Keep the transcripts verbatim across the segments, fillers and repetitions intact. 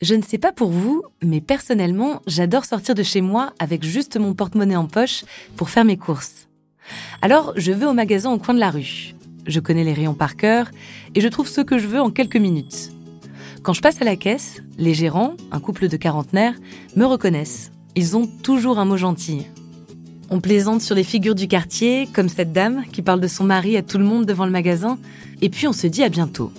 Je ne sais pas pour vous, mais personnellement, j'adore sortir de chez moi avec juste mon porte-monnaie en poche pour faire mes courses. Alors, je vais au magasin au coin de la rue. Je connais les rayons par cœur et je trouve ce que je veux en quelques minutes. Quand je passe à la caisse, les gérants, un couple de quarantenaires, me reconnaissent. Ils ont toujours un mot gentil. On plaisante sur les figures du quartier, comme cette dame qui parle de son mari à tout le monde devant le magasin, et puis on se dit à bientôt.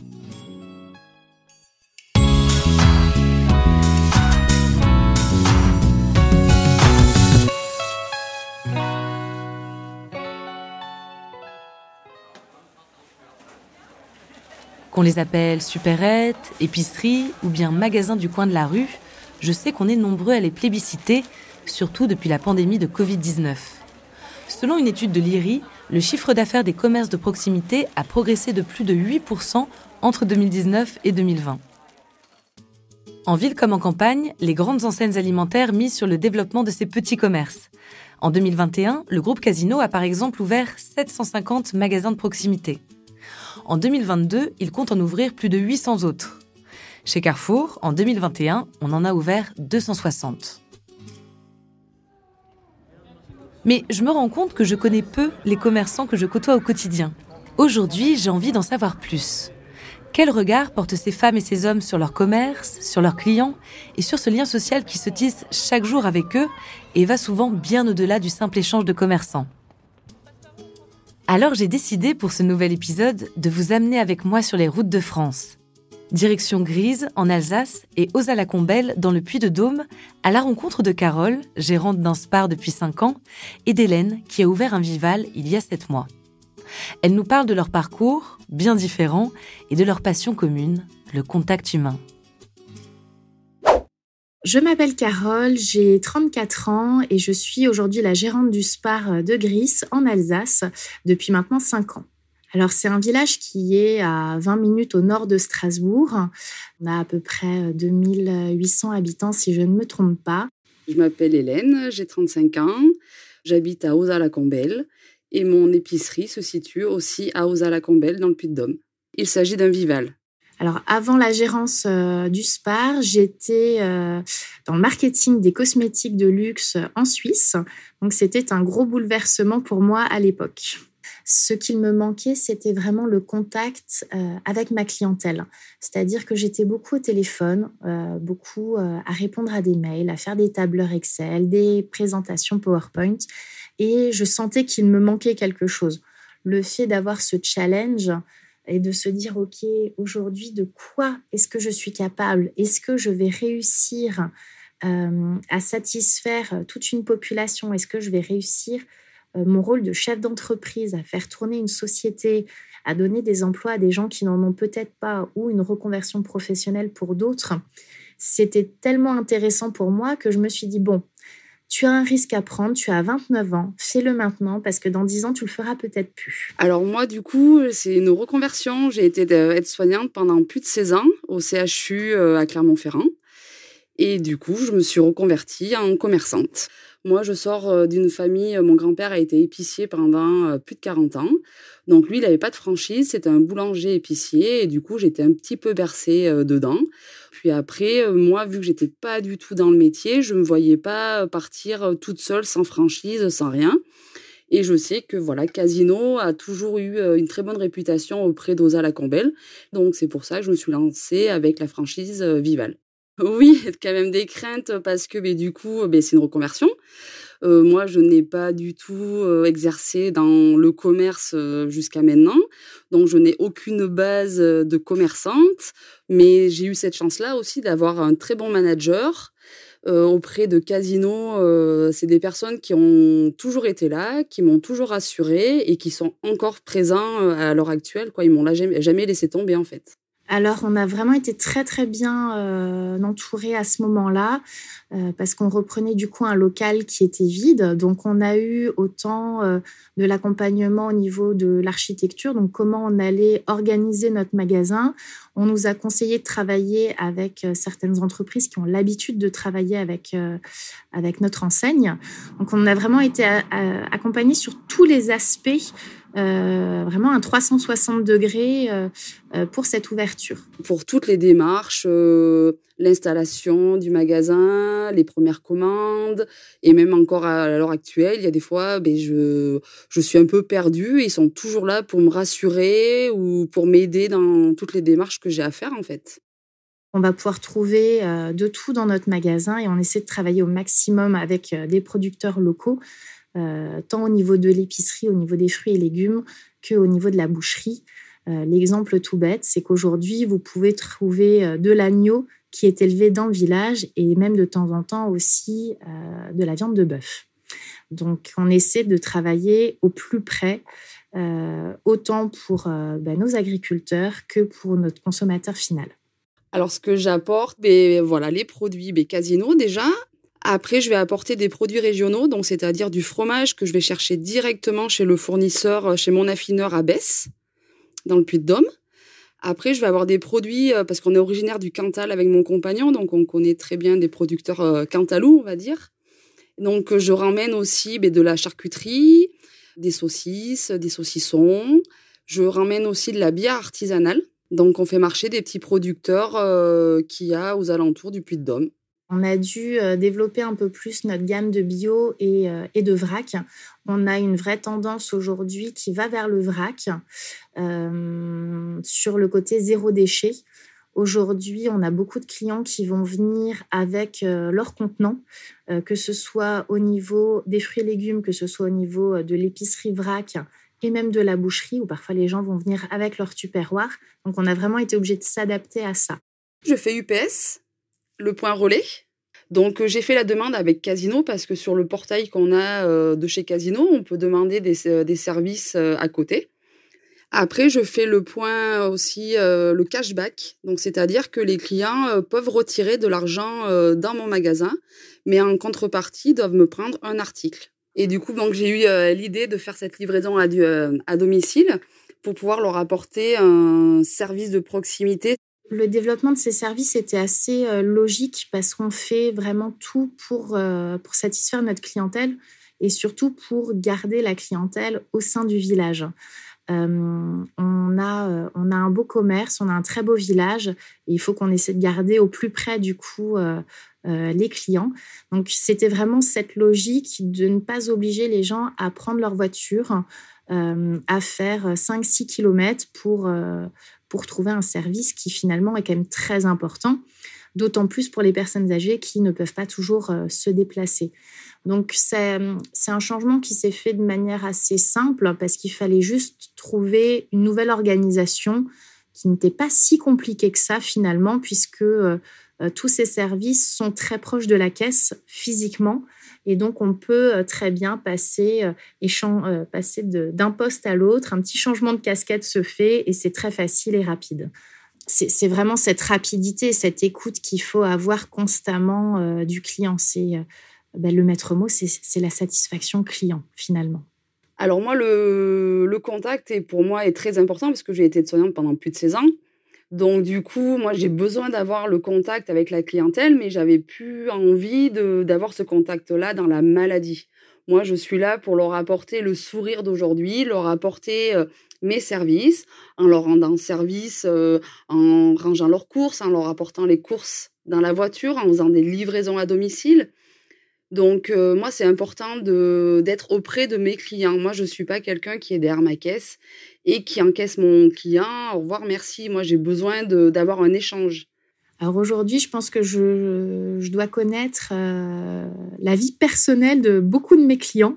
Qu'on les appelle supérettes, épiceries ou bien magasins du coin de la rue, je sais qu'on est nombreux à les plébisciter, surtout depuis la pandémie de covid dix-neuf. Selon une étude de l'I R I, le chiffre d'affaires des commerces de proximité a progressé de plus de huit pour cent entre deux mille dix-neuf et deux mille vingt. En ville comme en campagne, les grandes enseignes alimentaires misent sur le développement de ces petits commerces. En deux mille vingt et un, le groupe Casino a par exemple ouvert sept cent cinquante magasins de proximité. En deux mille vingt-deux, il compte en ouvrir plus de huit cents autres. Chez Carrefour, en deux mille vingt et un, on en a ouvert deux cent soixante. Mais je me rends compte que je connais peu les commerçants que je côtoie au quotidien. Aujourd'hui, j'ai envie d'en savoir plus. Quel regard portent ces femmes et ces hommes sur leur commerce, sur leurs clients et sur ce lien social qui se tisse chaque jour avec eux et va souvent bien au-delà du simple échange de commerçants. Alors j'ai décidé pour ce nouvel épisode de vous amener avec moi sur les routes de France. Direction Grise, en Alsace, et Ozes-la-Combelle, dans le Puy-de-Dôme, à la rencontre de Carole, gérante d'un Spar depuis cinq ans, et d'Hélène, qui a ouvert un Vival il y a sept mois. Elles nous parlent de leur parcours, bien différent, et de leur passion commune, le contact humain. Je m'appelle Carole, j'ai trente-quatre ans et je suis aujourd'hui la gérante du Spar de Grise, en Alsace, depuis maintenant cinq ans. Alors, c'est un village qui est à vingt minutes au nord de Strasbourg. On a à peu près deux mille huit cents habitants, si je ne me trompe pas. Je m'appelle Hélène, j'ai trente-cinq ans. J'habite à Ozes-la-Combelle et mon épicerie se situe aussi à Ozes-la-Combelle, dans le Puy-de-Dôme. Il s'agit d'un Vival. Alors, avant la gérance euh, du Spar, j'étais euh, dans le marketing des cosmétiques de luxe en Suisse. Donc, c'était un gros bouleversement pour moi à l'époque. Ce qu'il me manquait, c'était vraiment le contact euh, avec ma clientèle. C'est-à-dire que j'étais beaucoup au téléphone, euh, beaucoup euh, à répondre à des mails, à faire des tableurs Excel, des présentations PowerPoint. Et je sentais qu'il me manquait quelque chose. Le fait d'avoir ce challenge et de se dire, OK, aujourd'hui, de quoi est-ce que je suis capable ? Est-ce que je vais réussir euh, à satisfaire toute une population ? Est-ce que je vais réussir mon rôle de chef d'entreprise, à faire tourner une société, à donner des emplois à des gens qui n'en ont peut-être pas ou une reconversion professionnelle pour d'autres, c'était tellement intéressant pour moi que je me suis dit, bon, tu as un risque à prendre, tu as vingt-neuf ans, fais-le maintenant parce que dans dix ans, tu le feras peut-être plus. Alors moi, du coup, c'est une reconversion. J'ai été aide-soignante pendant plus de seize ans au C H U à Clermont-Ferrand. Et du coup, je me suis reconvertie en commerçante. Moi, je sors d'une famille, mon grand-père a été épicier pendant plus de quarante ans. Donc lui, il n'avait pas de franchise, c'était un boulanger-épicier. Et du coup, j'étais un petit peu bercée dedans. Puis après, moi, vu que j'étais pas du tout dans le métier, je me voyais pas partir toute seule, sans franchise, sans rien. Et je sais que voilà, Casino a toujours eu une très bonne réputation auprès d'Ozes-la-Combelle. Donc c'est pour ça que je me suis lancée avec la franchise Vival. Oui, quand même des craintes parce que mais du coup, ben, c'est une reconversion. Euh, moi, je n'ai pas du tout euh, exercé dans le commerce euh, jusqu'à maintenant. Donc, je n'ai aucune base de commerçante. Mais j'ai eu cette chance-là aussi d'avoir un très bon manager euh, auprès de Casino. Euh, c'est des personnes qui ont toujours été là, qui m'ont toujours assurée et qui sont encore présents à l'heure actuelle, quoi. Ils m'ont là jamais, jamais laissé tomber, en fait. Alors, on a vraiment été très, très bien euh, entourés à ce moment-là euh, parce qu'on reprenait du coup un local qui était vide. Donc, on a eu autant euh, de l'accompagnement au niveau de l'architecture, donc comment on allait organiser notre magasin. On nous a conseillé de travailler avec euh, certaines entreprises qui ont l'habitude de travailler avec, euh, avec notre enseigne. Donc, on a vraiment été a- a- accompagnés sur tous les aspects euh, vraiment un trois cent soixante degrés euh, euh, pour cette ouverture. Pour toutes les démarches, euh, l'installation du magasin, les premières commandes, et même encore à l'heure actuelle, il y a des fois, ben, je, je suis un peu perdue et ils sont toujours là pour me rassurer ou pour m'aider dans toutes les démarches que j'ai à faire en fait. On va pouvoir trouver euh, de tout dans notre magasin et on essaie de travailler au maximum avec euh, des producteurs locaux, euh, tant au niveau de l'épicerie, au niveau des fruits et légumes, qu'au niveau de la boucherie. Euh, l'exemple tout bête, c'est qu'aujourd'hui, vous pouvez trouver euh, de l'agneau qui est élevé dans le village et même de temps en temps aussi euh, de la viande de bœuf. Donc, on essaie de travailler au plus près, euh, autant pour euh, ben, nos agriculteurs que pour notre consommateur final. Alors, ce que j'apporte, ben, voilà, les produits ben, Casino déjà. Après, je vais apporter des produits régionaux, donc c'est-à-dire du fromage que je vais chercher directement chez le fournisseur, chez mon affineur à Besse, dans le Puy-de-Dôme. Après, je vais avoir des produits, parce qu'on est originaire du Cantal avec mon compagnon, donc on connaît très bien des producteurs cantalous, on va dire. Donc, je ramène aussi ben, de la charcuterie, des saucisses, des saucissons. Je ramène aussi de la bière artisanale. Donc, on fait marcher des petits producteurs euh, qu'il y a aux alentours du Puy-de-Dôme. On a dû euh, développer un peu plus notre gamme de bio et, euh, et de vrac. On a une vraie tendance aujourd'hui qui va vers le vrac, euh, sur le côté zéro déchet. Aujourd'hui, on a beaucoup de clients qui vont venir avec euh, leur contenant, euh, que ce soit au niveau des fruits et légumes, que ce soit au niveau de l'épicerie vrac, et même de la boucherie, où parfois les gens vont venir avec leur tupperware. Donc, on a vraiment été obligé de s'adapter à ça. Je fais U P S, le point relais. Donc, j'ai fait la demande avec Casino parce que sur le portail qu'on a euh, de chez Casino, on peut demander des, des services euh, à côté. Après, je fais le point aussi, euh, le cashback. Donc, c'est-à-dire que les clients euh, peuvent retirer de l'argent euh, dans mon magasin, mais en contrepartie, doivent me prendre un article. Et du coup, donc, j'ai eu euh, l'idée de faire cette livraison à, euh, à domicile pour pouvoir leur apporter un service de proximité. Le développement de ces services était assez euh, logique parce qu'on fait vraiment tout pour, euh, pour satisfaire notre clientèle et surtout pour garder la clientèle au sein du village. Euh, on a, euh, on a un beau commerce, on a un très beau village et il faut qu'on essaie de garder au plus près du coup euh, euh, les clients. Donc c'était vraiment cette logique de ne pas obliger les gens à prendre leur voiture, euh, à faire cinq six kilomètres pour, euh, pour trouver un service qui finalement est quand même très important, d'autant plus pour les personnes âgées qui ne peuvent pas toujours euh, se déplacer. Donc, c'est, c'est un changement qui s'est fait de manière assez simple parce qu'il fallait juste trouver une nouvelle organisation qui n'était pas si compliquée que ça finalement, puisque euh, tous ces services sont très proches de la caisse physiquement et donc on peut euh, très bien passer, euh, échan- euh, passer de, d'un poste à l'autre, un petit changement de casquette se fait et c'est très facile et rapide. C'est, c'est vraiment cette rapidité, cette écoute qu'il faut avoir constamment euh, du client. C'est... Euh, Ben, le maître mot, c'est, c'est la satisfaction client, finalement. Alors moi, le, le contact, est, pour moi, est très important parce que j'ai été soignante pendant plus de seize ans. Donc, du coup, moi, j'ai besoin d'avoir le contact avec la clientèle, mais j'avais plus envie de, d'avoir ce contact-là dans la maladie. Moi, je suis là pour leur apporter le sourire d'aujourd'hui, leur apporter euh, mes services, en leur rendant service, euh, en rangeant leurs courses, en leur apportant les courses dans la voiture, en faisant des livraisons à domicile. Donc, euh, moi, c'est important de, d'être auprès de mes clients. Moi, je ne suis pas quelqu'un qui est derrière ma caisse et qui encaisse mon client. Au revoir, merci. Moi, j'ai besoin de, d'avoir un échange. Alors aujourd'hui, je pense que je, je dois connaître euh, la vie personnelle de beaucoup de mes clients.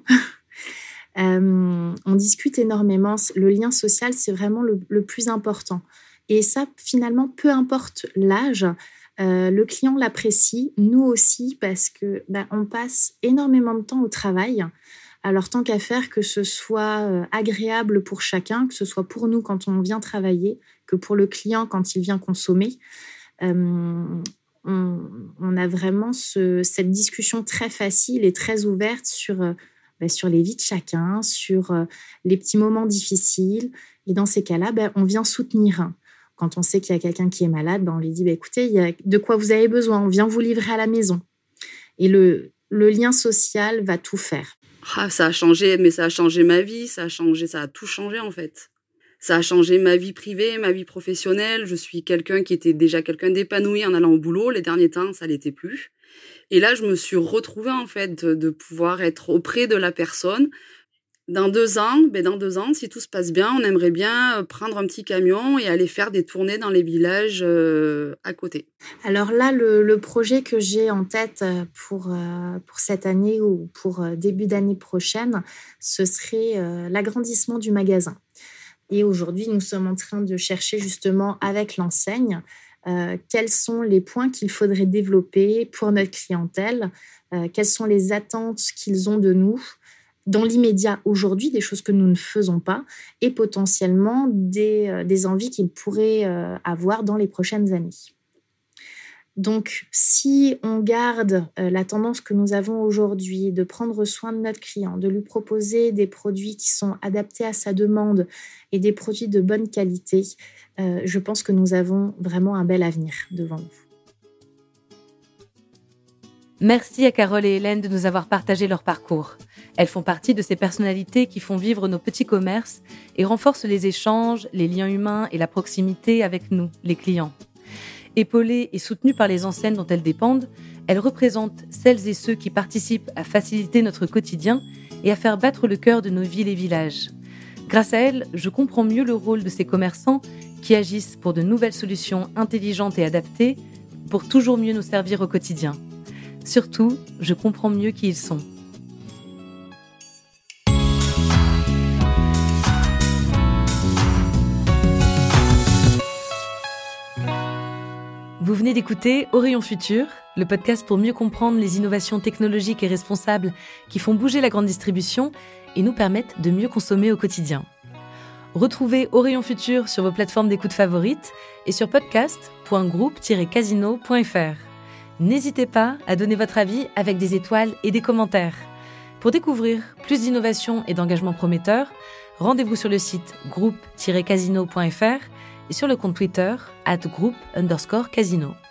euh, on discute énormément. Le lien social, c'est vraiment le, le plus important. Et ça, finalement, peu importe l'âge, Euh, le client l'apprécie, nous aussi, parce que ben, on passe énormément de temps au travail. Alors, tant qu'à faire, que ce soit euh, agréable pour chacun, que ce soit pour nous quand on vient travailler, que pour le client quand il vient consommer, euh, on, on a vraiment ce, cette discussion très facile et très ouverte sur, euh, ben, sur les vies de chacun, sur euh, les petits moments difficiles. Et dans ces cas-là, ben, on vient soutenir. Quand on sait qu'il y a quelqu'un qui est malade, ben on lui dit bah, « écoutez, il y a de quoi vous avez besoin, on vient vous livrer à la maison ». Et le, le lien social va tout faire. Ah, ça a changé, mais ça a changé ma vie, ça a changé, ça a tout changé en fait. Ça a changé ma vie privée, ma vie professionnelle. Je suis quelqu'un qui était déjà quelqu'un d'épanoui en allant au boulot. Les derniers temps, ça l'était plus. Et là, je me suis retrouvée en fait de, de pouvoir être auprès de la personne. Dans deux ans, ben dans deux ans, si tout se passe bien, on aimerait bien prendre un petit camion et aller faire des tournées dans les villages euh, à côté. Alors là, le, le projet que j'ai en tête pour, euh, pour cette année ou pour euh, début d'année prochaine, ce serait euh, l'agrandissement du magasin. Et aujourd'hui, nous sommes en train de chercher justement avec l'enseigne euh, quels sont les points qu'il faudrait développer pour notre clientèle, euh, quelles sont les attentes qu'ils ont de nous, dans l'immédiat aujourd'hui, des choses que nous ne faisons pas, et potentiellement des, euh, des envies qu'ils pourraient euh, avoir dans les prochaines années. Donc, si on garde euh, la tendance que nous avons aujourd'hui de prendre soin de notre client, de lui proposer des produits qui sont adaptés à sa demande et des produits de bonne qualité, euh, je pense que nous avons vraiment un bel avenir devant nous. Merci à Carole et Hélène de nous avoir partagé leur parcours. Elles font partie de ces personnalités qui font vivre nos petits commerces et renforcent les échanges, les liens humains et la proximité avec nous, les clients. Épaulées et soutenues par les enseignes dont elles dépendent, elles représentent celles et ceux qui participent à faciliter notre quotidien et à faire battre le cœur de nos villes et villages. Grâce à elles, je comprends mieux le rôle de ces commerçants qui agissent pour de nouvelles solutions intelligentes et adaptées pour toujours mieux nous servir au quotidien. Surtout, je comprends mieux qui ils sont. Vous venez d'écouter Au Rayon Futur, le podcast pour mieux comprendre les innovations technologiques et responsables qui font bouger la grande distribution et nous permettent de mieux consommer au quotidien. Retrouvez Au Rayon Futur sur vos plateformes d'écoute favorites et sur podcast point groupe tiret casino point f r. N'hésitez pas à donner votre avis avec des étoiles et des commentaires. Pour découvrir plus d'innovations et d'engagements prometteurs, rendez-vous sur le site groupe tiret casino point f r et sur le compte Twitter arobase groupe underscore casino.